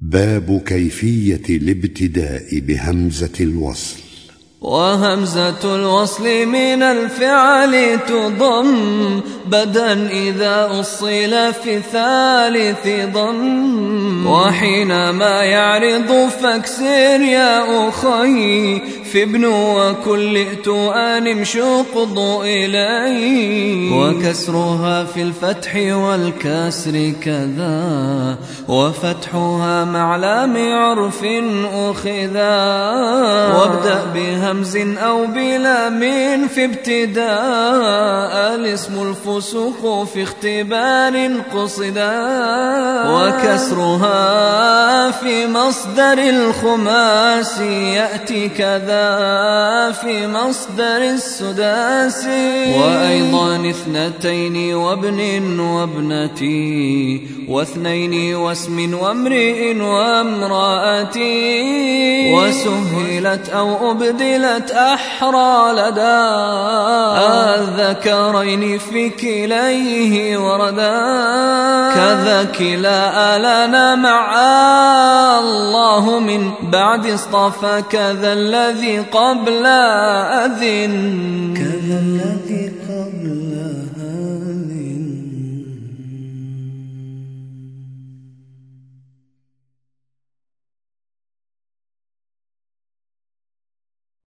باب كيفية الابتداء بهمزة الوصل. وهمزة الوصل من الفعل تضم بدا إذا أصل في الثالث ضم، وحينما يعرض فاكسر يا أخي في ابن وكل ائتؤان امشق إليه، وكسرها في الفتح والكسر كذا، وفتحها مع لام عرف أخذا، وابدأ بهمز أو بلام في ابتداء الاسم الفسوق في اختبار قصدا، وكسرها في مصدر الخماس يأتي كذا في مصدر السداس، وأيضا اثنتين وابن وابنتي واثنين واسم وامرئ وامرأة، وسهلت أو أبدلت أحرى لدى الذكرين في كليه وردا، كذا كلا لنا مع الله من بعد اصطفى، كذا الذي قبل أذن